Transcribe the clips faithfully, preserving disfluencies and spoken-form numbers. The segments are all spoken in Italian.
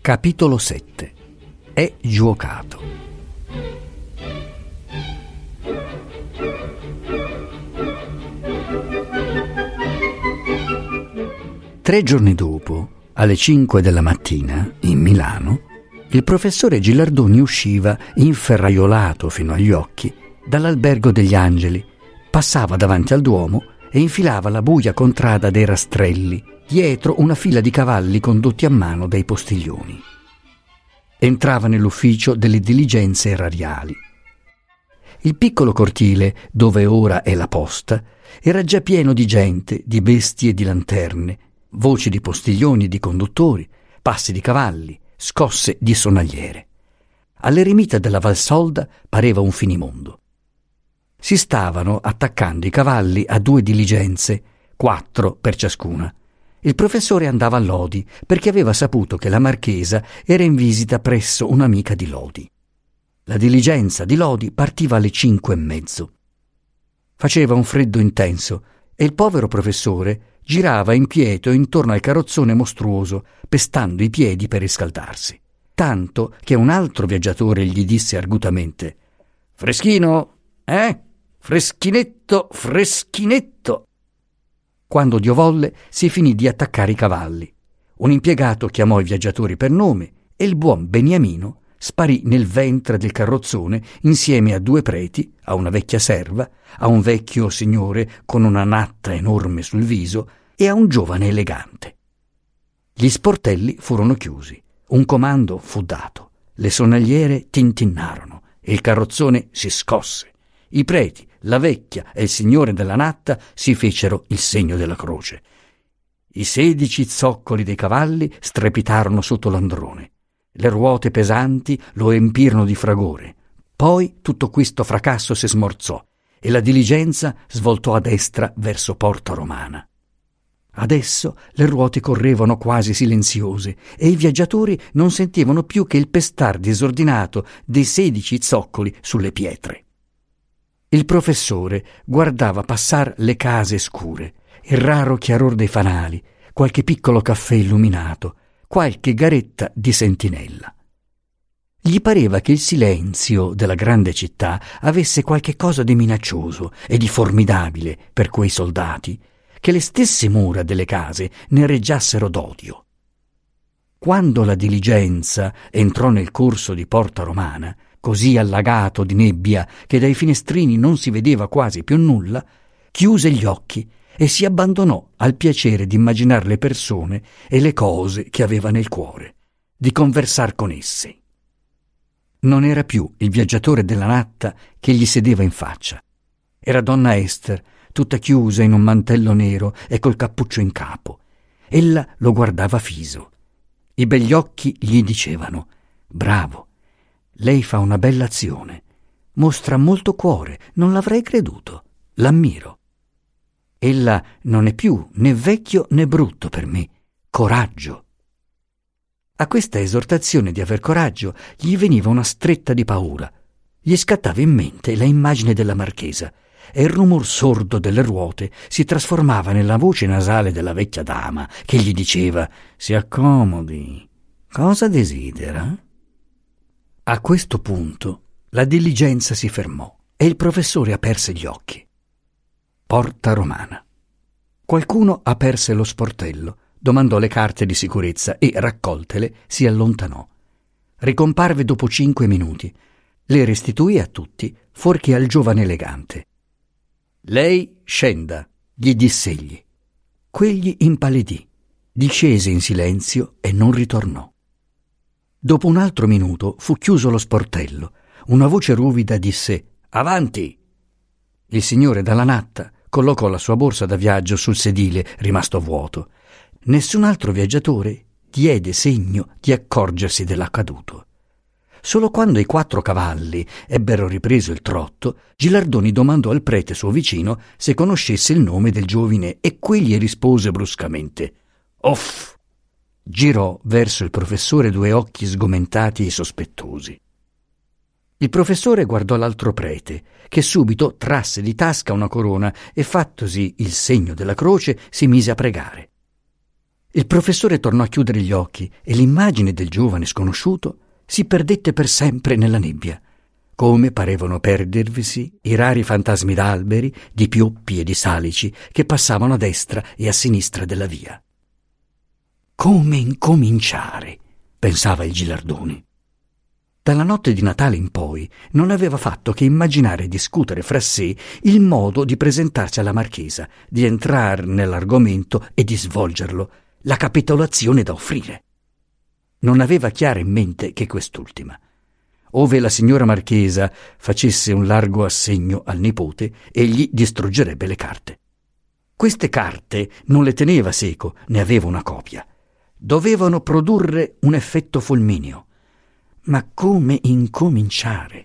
Capitolo sette. È giuocato. Tre giorni dopo, alle cinque della mattina, in Milano, il professore Gilardoni usciva, inferraiolato fino agli occhi, dall'Albergo degli Angeli, passava davanti al Duomo e infilava la buia contrada dei rastrelli, dietro una fila di cavalli condotti a mano dai postiglioni. Entrava nell'ufficio delle diligenze erariali. Il piccolo cortile, dove ora è la posta, era già pieno di gente, di bestie e di lanterne, voci di postiglioni e di conduttori, passi di cavalli, scosse di sonagliere. All'eremita della Valsolda pareva un finimondo. Si stavano attaccando i cavalli a due diligenze, quattro per ciascuna. Il professore andava a Lodi perché aveva saputo che la marchesa era in visita presso un'amica di Lodi. La diligenza di Lodi partiva alle cinque e mezzo. Faceva un freddo intenso e il povero professore girava inquieto intorno al carrozzone mostruoso, pestando i piedi per riscaldarsi. Tanto che un altro viaggiatore gli disse argutamente: «Freschino, eh? Freschinetto, freschinetto!» Quando Dio volle, si finì di attaccare i cavalli. Un impiegato chiamò i viaggiatori per nome e il buon Beniamino sparì nel ventre del carrozzone insieme a due preti, a una vecchia serva, a un vecchio signore con una natta enorme sul viso e a un giovane elegante. Gli sportelli furono chiusi, un comando fu dato, le sonagliere tintinnarono e il carrozzone si scosse. I preti, la vecchia e il signore della natta si fecero il segno della croce. I sedici zoccoli dei cavalli strepitarono sotto l'androne. Le ruote pesanti lo empirono di fragore. Poi tutto questo fracasso si smorzò e la diligenza svoltò a destra verso Porta Romana. Adesso le ruote correvano quasi silenziose e i viaggiatori non sentivano più che il pestar disordinato dei sedici zoccoli sulle pietre. Il professore guardava passar le case scure, il raro chiaror dei fanali, qualche piccolo caffè illuminato, qualche garetta di sentinella. Gli pareva che il silenzio della grande città avesse qualche cosa di minaccioso e di formidabile per quei soldati, che le stesse mura delle case ne reggiassero d'odio. Quando la diligenza entrò nel corso di Porta Romana, così allagato di nebbia che dai finestrini non si vedeva quasi più nulla, chiuse gli occhi e si abbandonò al piacere di immaginar le persone e le cose che aveva nel cuore, di conversar con esse. Non era più il viaggiatore della natta che gli sedeva in faccia. Era donna Ester, tutta chiusa in un mantello nero e col cappuccio in capo. Ella lo guardava fiso. I begli occhi gli dicevano: «Bravo, lei fa una bella azione, mostra molto cuore, non l'avrei creduto, l'ammiro. Ella non è più né vecchio né brutto per me, coraggio». A questa esortazione di aver coraggio gli veniva una stretta di paura. Gli scattava in mente la immagine della marchesa e il rumor sordo delle ruote si trasformava nella voce nasale della vecchia dama che gli diceva: «Si accomodi, cosa desidera?» A questo punto la diligenza si fermò e il professore aperse gli occhi. Porta Romana. Qualcuno aperse lo sportello, domandò le carte di sicurezza e, raccoltele, si allontanò. Ricomparve dopo cinque minuti. Le restituì a tutti, fuorché al giovane elegante. «Lei scenda», gli diss'egli. Quegli impallidì, discese in silenzio e non ritornò. Dopo un altro minuto fu chiuso lo sportello. Una voce ruvida disse: «Avanti!» Il signore dalla natta collocò la sua borsa da viaggio sul sedile rimasto vuoto. Nessun altro viaggiatore diede segno di accorgersi dell'accaduto. Solo quando i quattro cavalli ebbero ripreso il trotto, Gilardoni domandò al prete suo vicino se conoscesse il nome del giovine e quegli rispose bruscamente: «Off!» Girò verso il professore due occhi sgomentati e sospettosi. Il professore guardò l'altro prete, che subito trasse di tasca una corona e, fattosi il segno della croce, si mise a pregare. Il professore tornò a chiudere gli occhi e l'immagine del giovane sconosciuto si perdette per sempre nella nebbia, come parevano perdervisi i rari fantasmi d'alberi, di pioppi e di salici che passavano a destra e a sinistra della via. Come incominciare? Pensava il Gilardoni. Dalla notte di Natale in poi non aveva fatto che immaginare e discutere fra sé il modo di presentarsi alla marchesa, di entrare nell'argomento e di svolgerlo, la capitolazione da offrire. Non aveva chiara in mente che quest'ultima. Ove la signora marchesa facesse un largo assegno al nipote, egli distruggerebbe le carte. Queste carte non le teneva seco, ne aveva una copia. Dovevano produrre un effetto fulmineo. Ma come incominciare?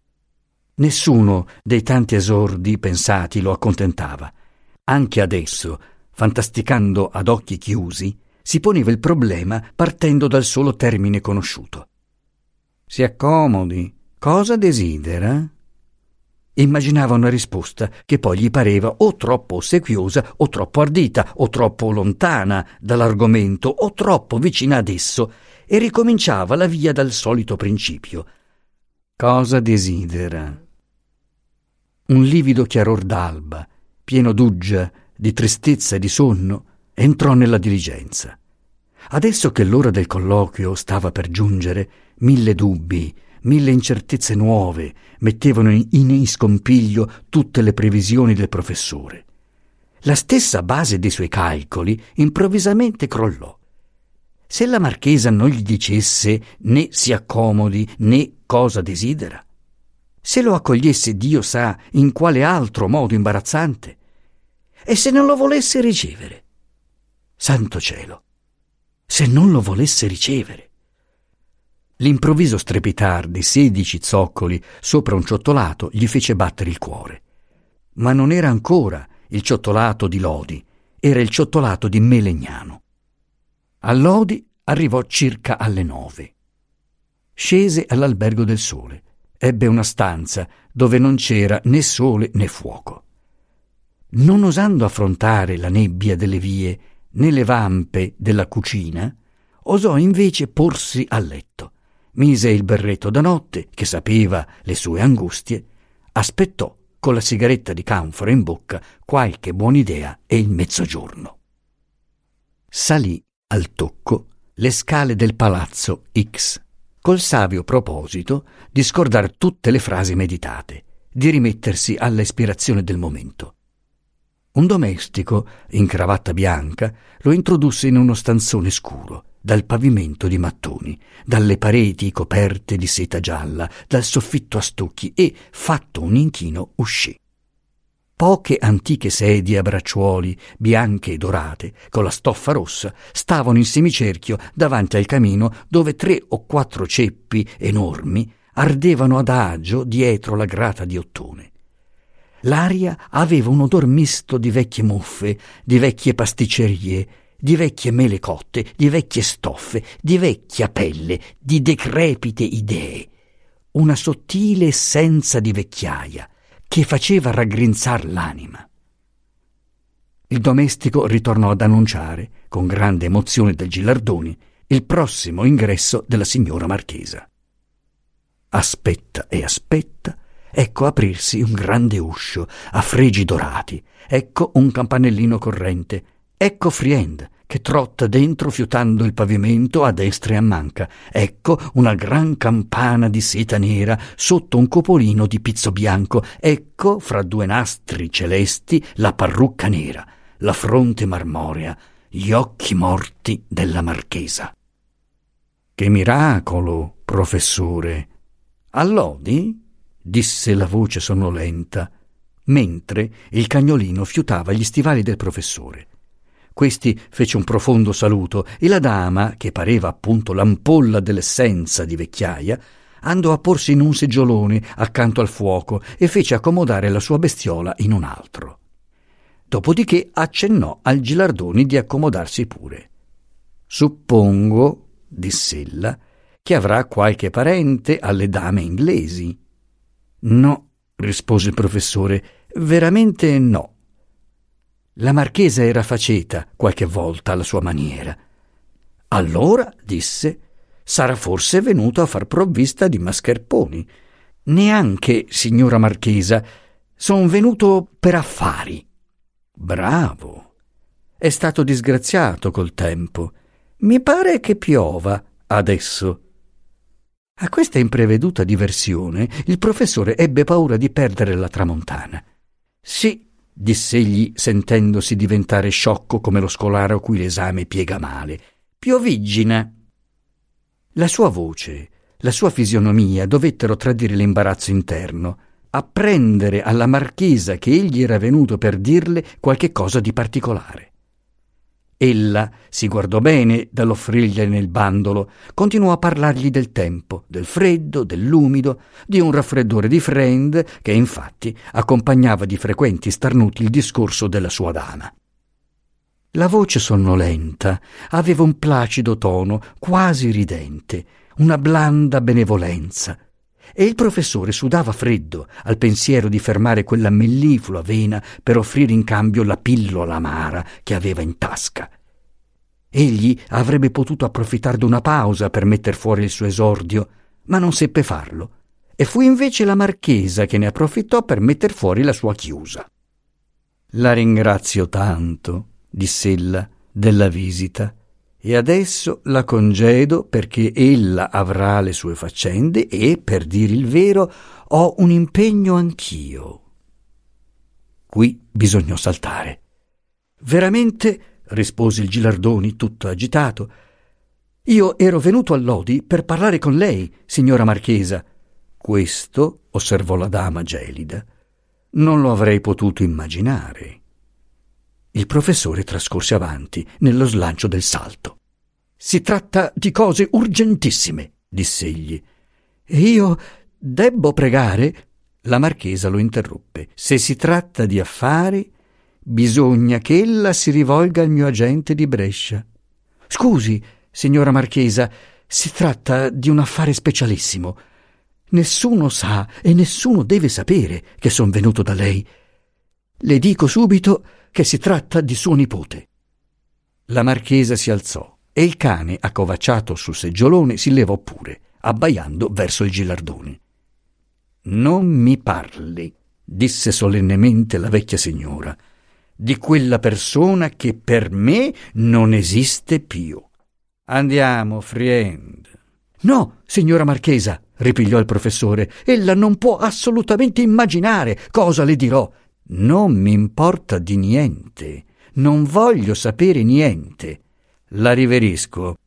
Nessuno dei tanti esordi pensati lo accontentava. Anche adesso, fantasticando ad occhi chiusi, si poneva il problema partendo dal solo termine conosciuto. Si accomodi. Cosa desidera? Immaginava una risposta che poi gli pareva o troppo ossequiosa o troppo ardita o troppo lontana dall'argomento o troppo vicina ad esso e ricominciava la via dal solito principio. Cosa desidera? Un livido chiaror d'alba, pieno d'uggia, di tristezza e di sonno, entrò nella diligenza. Adesso che l'ora del colloquio stava per giungere, mille dubbi, mille incertezze nuove mettevano in iscompiglio tutte le previsioni del professore. La stessa base dei suoi calcoli improvvisamente crollò. Se la marchesa non gli dicesse né si accomodi né cosa desidera, se lo accogliesse Dio sa in quale altro modo imbarazzante, e se non lo volesse ricevere? Santo cielo! Se non lo volesse ricevere! L'improvviso strepitar dei sedici zoccoli sopra un ciottolato gli fece battere il cuore. Ma non era ancora il ciottolato di Lodi, era il ciottolato di Melegnano. A Lodi arrivò circa alle nove. Scese all'Albergo del Sole, ebbe una stanza dove non c'era né sole né fuoco. Non osando affrontare la nebbia delle vie né le vampe della cucina, osò invece porsi a letto. Mise il berretto da notte, che sapeva le sue angustie, aspettò con la sigaretta di canfora in bocca qualche buon'idea e il mezzogiorno. Salì al tocco le scale del palazzo X, col savio proposito di scordar tutte le frasi meditate, di rimettersi all'ispirazione del momento. Un domestico, in cravatta bianca, lo introdusse in uno stanzone scuro, dal pavimento di mattoni, dalle pareti coperte di seta gialla, dal soffitto a stucchi e, fatto un inchino, uscì. Poche antiche sedie a bracciuoli, bianche e dorate, con la stoffa rossa, stavano in semicerchio davanti al camino dove tre o quattro ceppi enormi ardevano adagio dietro la grata di ottone. L'aria aveva un odor misto di vecchie muffe, di vecchie pasticcerie, di vecchie mele cotte, di vecchie stoffe, di vecchia pelle, di decrepite idee, una sottile essenza di vecchiaia che faceva raggrinzar l'anima. Il domestico ritornò ad annunciare, con grande emozione del Gilardoni, il prossimo ingresso della signora marchesa. Aspetta e aspetta, ecco aprirsi un grande uscio a fregi dorati, ecco un campanellino corrente, ecco Friend che trotta dentro fiutando il pavimento a destra e a manca, ecco una gran campana di seta nera sotto un copolino di pizzo bianco, ecco fra due nastri celesti la parrucca nera, la fronte marmorea, gli occhi morti della marchesa. Che miracolo, professore! A Lodi? Disse la voce sonnolenta, mentre il cagnolino fiutava gli stivali del professore. Questi fece un profondo saluto e la dama, che pareva appunto l'ampolla dell'essenza di vecchiaia, andò a porsi in un seggiolone accanto al fuoco e fece accomodare la sua bestiola in un altro. Dopodiché accennò al Gilardoni di accomodarsi pure. «Suppongo», diss'ella, «che avrà qualche parente alle dame inglesi». «No», rispose il professore, «veramente no». La marchesa era faceta qualche volta alla sua maniera. Allora, disse, sarà forse venuto a far provvista di mascherponi. Neanche, signora marchesa, son venuto per affari. Bravo. È stato disgraziato col tempo. Mi pare che piova adesso. A questa impreveduta diversione il professore ebbe paura di perdere la tramontana. Sì, diss'egli sentendosi diventare sciocco come lo scolaro a cui l'esame piega male. Pioviggina. La sua voce, la sua fisionomia dovettero tradire l'imbarazzo interno, apprendere alla marchesa che egli era venuto per dirle qualche cosa di particolare. Ella si guardò bene dall'offrirgliene il bandolo, continuò a parlargli del tempo, del freddo, dell'umido, di un raffreddore di Friend che infatti accompagnava di frequenti starnuti il discorso della sua dama. La voce sonnolenta aveva un placido tono quasi ridente, una blanda benevolenza, e il professore sudava freddo al pensiero di fermare quella melliflua vena per offrire in cambio la pillola amara che aveva in tasca. Egli avrebbe potuto approfittare d'una pausa per metter fuori il suo esordio, ma non seppe farlo, e fu invece la marchesa che ne approfittò per metter fuori la sua chiusa. «La ringrazio tanto», diss'ella, «della visita, e adesso la congedo perché ella avrà le sue faccende e, per dire il vero, ho un impegno anch'io». Qui bisognò saltare. «Veramente», rispose il Gilardoni tutto agitato, «io ero venuto a Lodi per parlare con lei, signora marchesa». «Questo», osservò la dama gelida, «non lo avrei potuto immaginare». Il professore trascorse avanti nello slancio del salto. «Si tratta di cose urgentissime», diss'egli. «E io debbo pregare?» La marchesa lo interruppe. «Se si tratta di affari, bisogna che ella si rivolga al mio agente di Brescia». «Scusi, signora marchesa, si tratta di un affare specialissimo. Nessuno sa e nessuno deve sapere che son venuto da lei. Le dico subito che si tratta di suo nipote». La marchesa si alzò e il cane, accovacciato sul seggiolone, si levò pure, abbaiando verso il Gilardoni. «Non mi parli», disse solennemente la vecchia signora, «di quella persona che per me non esiste più. Andiamo, Friend». «No, signora marchesa», ripigliò il professore, «ella non può assolutamente immaginare cosa le dirò». «Non mi importa di niente, non voglio sapere niente. La riverisco».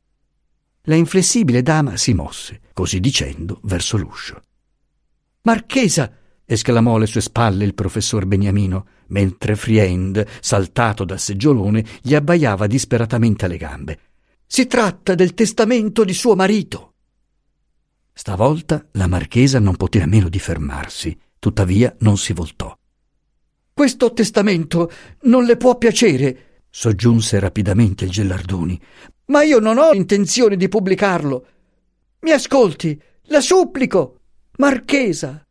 La inflessibile dama si mosse, così dicendo, verso l'uscio. «Marchesa!» esclamò alle sue spalle il professor Beniamino, mentre Friend, saltato dal seggiolone, gli abbaiava disperatamente alle gambe. «Si tratta del testamento di suo marito!» Stavolta la marchesa non poté a meno di fermarsi, tuttavia non si voltò. «Questo testamento non le può piacere», soggiunse rapidamente il Gilardoni, «ma io non ho intenzione di pubblicarlo. Mi ascolti, la supplico, marchesa».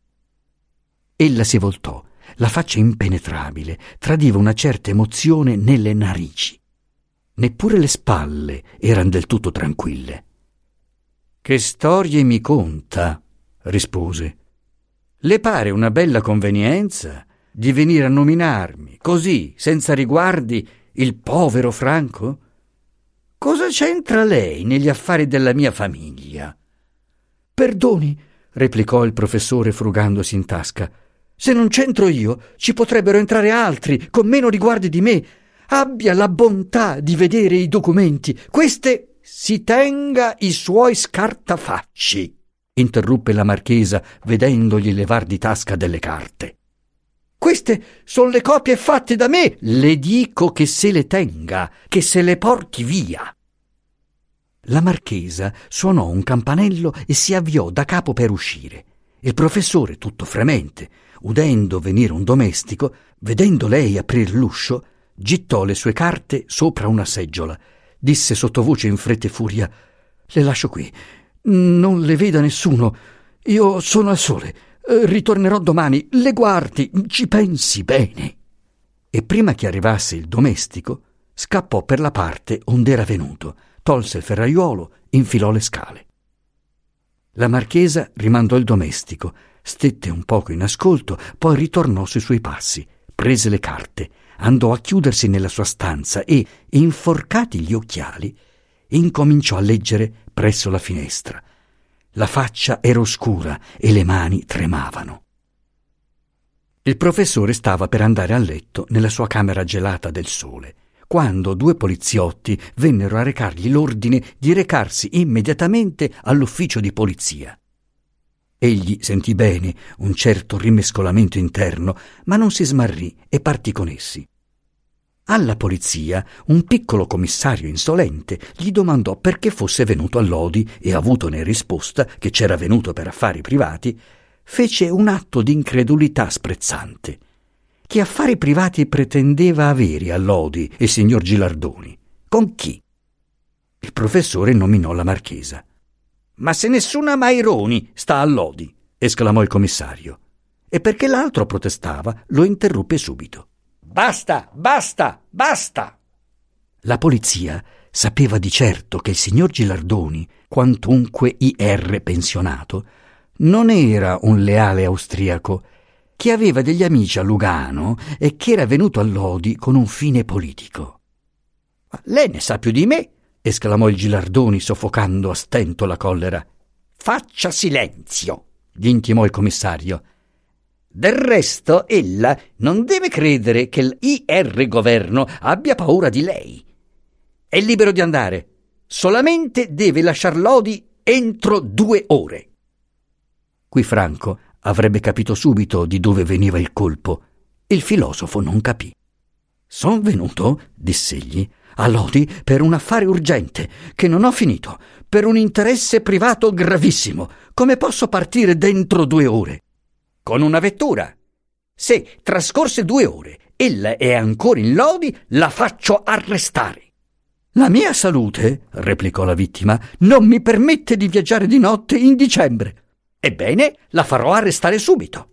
Ella si voltò, la faccia impenetrabile tradiva una certa emozione nelle narici. Neppure le spalle erano del tutto tranquille. «Che storie mi conta?» rispose. «Le pare una bella convenienza di venire a nominarmi, così, senza riguardi, il povero Franco? Cosa c'entra lei negli affari della mia famiglia?» «Perdoni», replicò il professore frugandosi in tasca, «se non c'entro io, ci potrebbero entrare altri, con meno riguardi di me. Abbia la bontà di vedere i documenti. Queste si tenga i suoi scartafacci», interruppe la marchesa, vedendogli levar di tasca delle carte. «Queste sono le copie fatte da me». «Le dico che se le tenga, che se le porti via». La marchesa suonò un campanello e si avviò da capo per uscire. Il professore, tutto fremente, udendo venire un domestico, vedendo lei aprir l'uscio, gittò le sue carte sopra una seggiola. Disse sottovoce in fretta e furia: «Le lascio qui, non le veda nessuno. Io sono al sole. Ritornerò domani. Le guardi, ci pensi bene». e prima che arrivasse il domestico scappò per la parte ond'era venuto, tolse il ferraiuolo, infilò le scale. La marchesa rimandò il domestico, stette un poco in ascolto, poi ritornò sui suoi passi, prese le carte, andò a chiudersi nella sua stanza e, inforcati gli occhiali, incominciò a leggere presso la finestra. La faccia era oscura e le mani tremavano. Il professore stava per andare a letto nella sua camera gelata del sole, quando due poliziotti vennero a recargli l'ordine di recarsi immediatamente all'ufficio di polizia. Egli sentì bene un certo rimescolamento interno, ma non si smarrì e partì con essi. Alla polizia un piccolo commissario insolente gli domandò perché fosse venuto a Lodi e, avutone risposta che c'era venuto per affari privati, fece un atto di incredulità sprezzante. Che affari privati pretendeva avere a Lodi il signor Gilardoni? Con chi? Il professore nominò la marchesa. «Ma se nessuna Maironi sta a Lodi!» esclamò il commissario. E perché l'altro protestava, lo interruppe subito. «Basta, basta, basta!» La polizia sapeva di certo che il signor Gilardoni, quantunque I R pensionato, non era un leale austriaco, che aveva degli amici a Lugano e che era venuto a Lodi con un fine politico. «Lei ne sa più di me!» esclamò il Gilardoni, soffocando a stento la collera. «Faccia silenzio!» gli intimò il commissario. «Del resto, ella non deve credere che l'I R governo abbia paura di lei. È libero di andare, solamente deve lasciar Lodi entro due ore». Qui Franco avrebbe capito subito di dove veniva il colpo. Il filosofo non capì. «Son venuto», diss'egli, «a Lodi per un affare urgente, che non ho finito, per un interesse privato gravissimo. Come posso partire dentro due ore?» «Con una vettura. Se trascorse due ore ella è ancora in Lodi, la faccio arrestare». «La mia salute», replicò la vittima, «non mi permette di viaggiare di notte in dicembre». «Ebbene, la farò arrestare subito».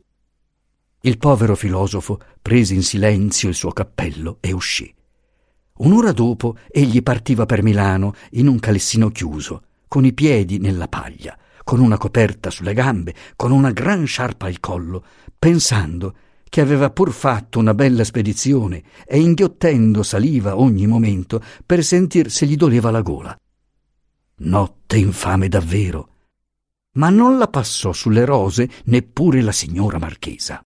Il povero filosofo prese in silenzio il suo cappello e uscì. Un'ora dopo egli partiva per Milano in un calessino chiuso, con i piedi nella paglia, con una coperta sulle gambe, con una gran sciarpa al collo, pensando che aveva pur fatto una bella spedizione e inghiottendo saliva ogni momento per sentir se gli doleva la gola. Notte infame davvero, ma non la passò sulle rose neppure la signora marchesa.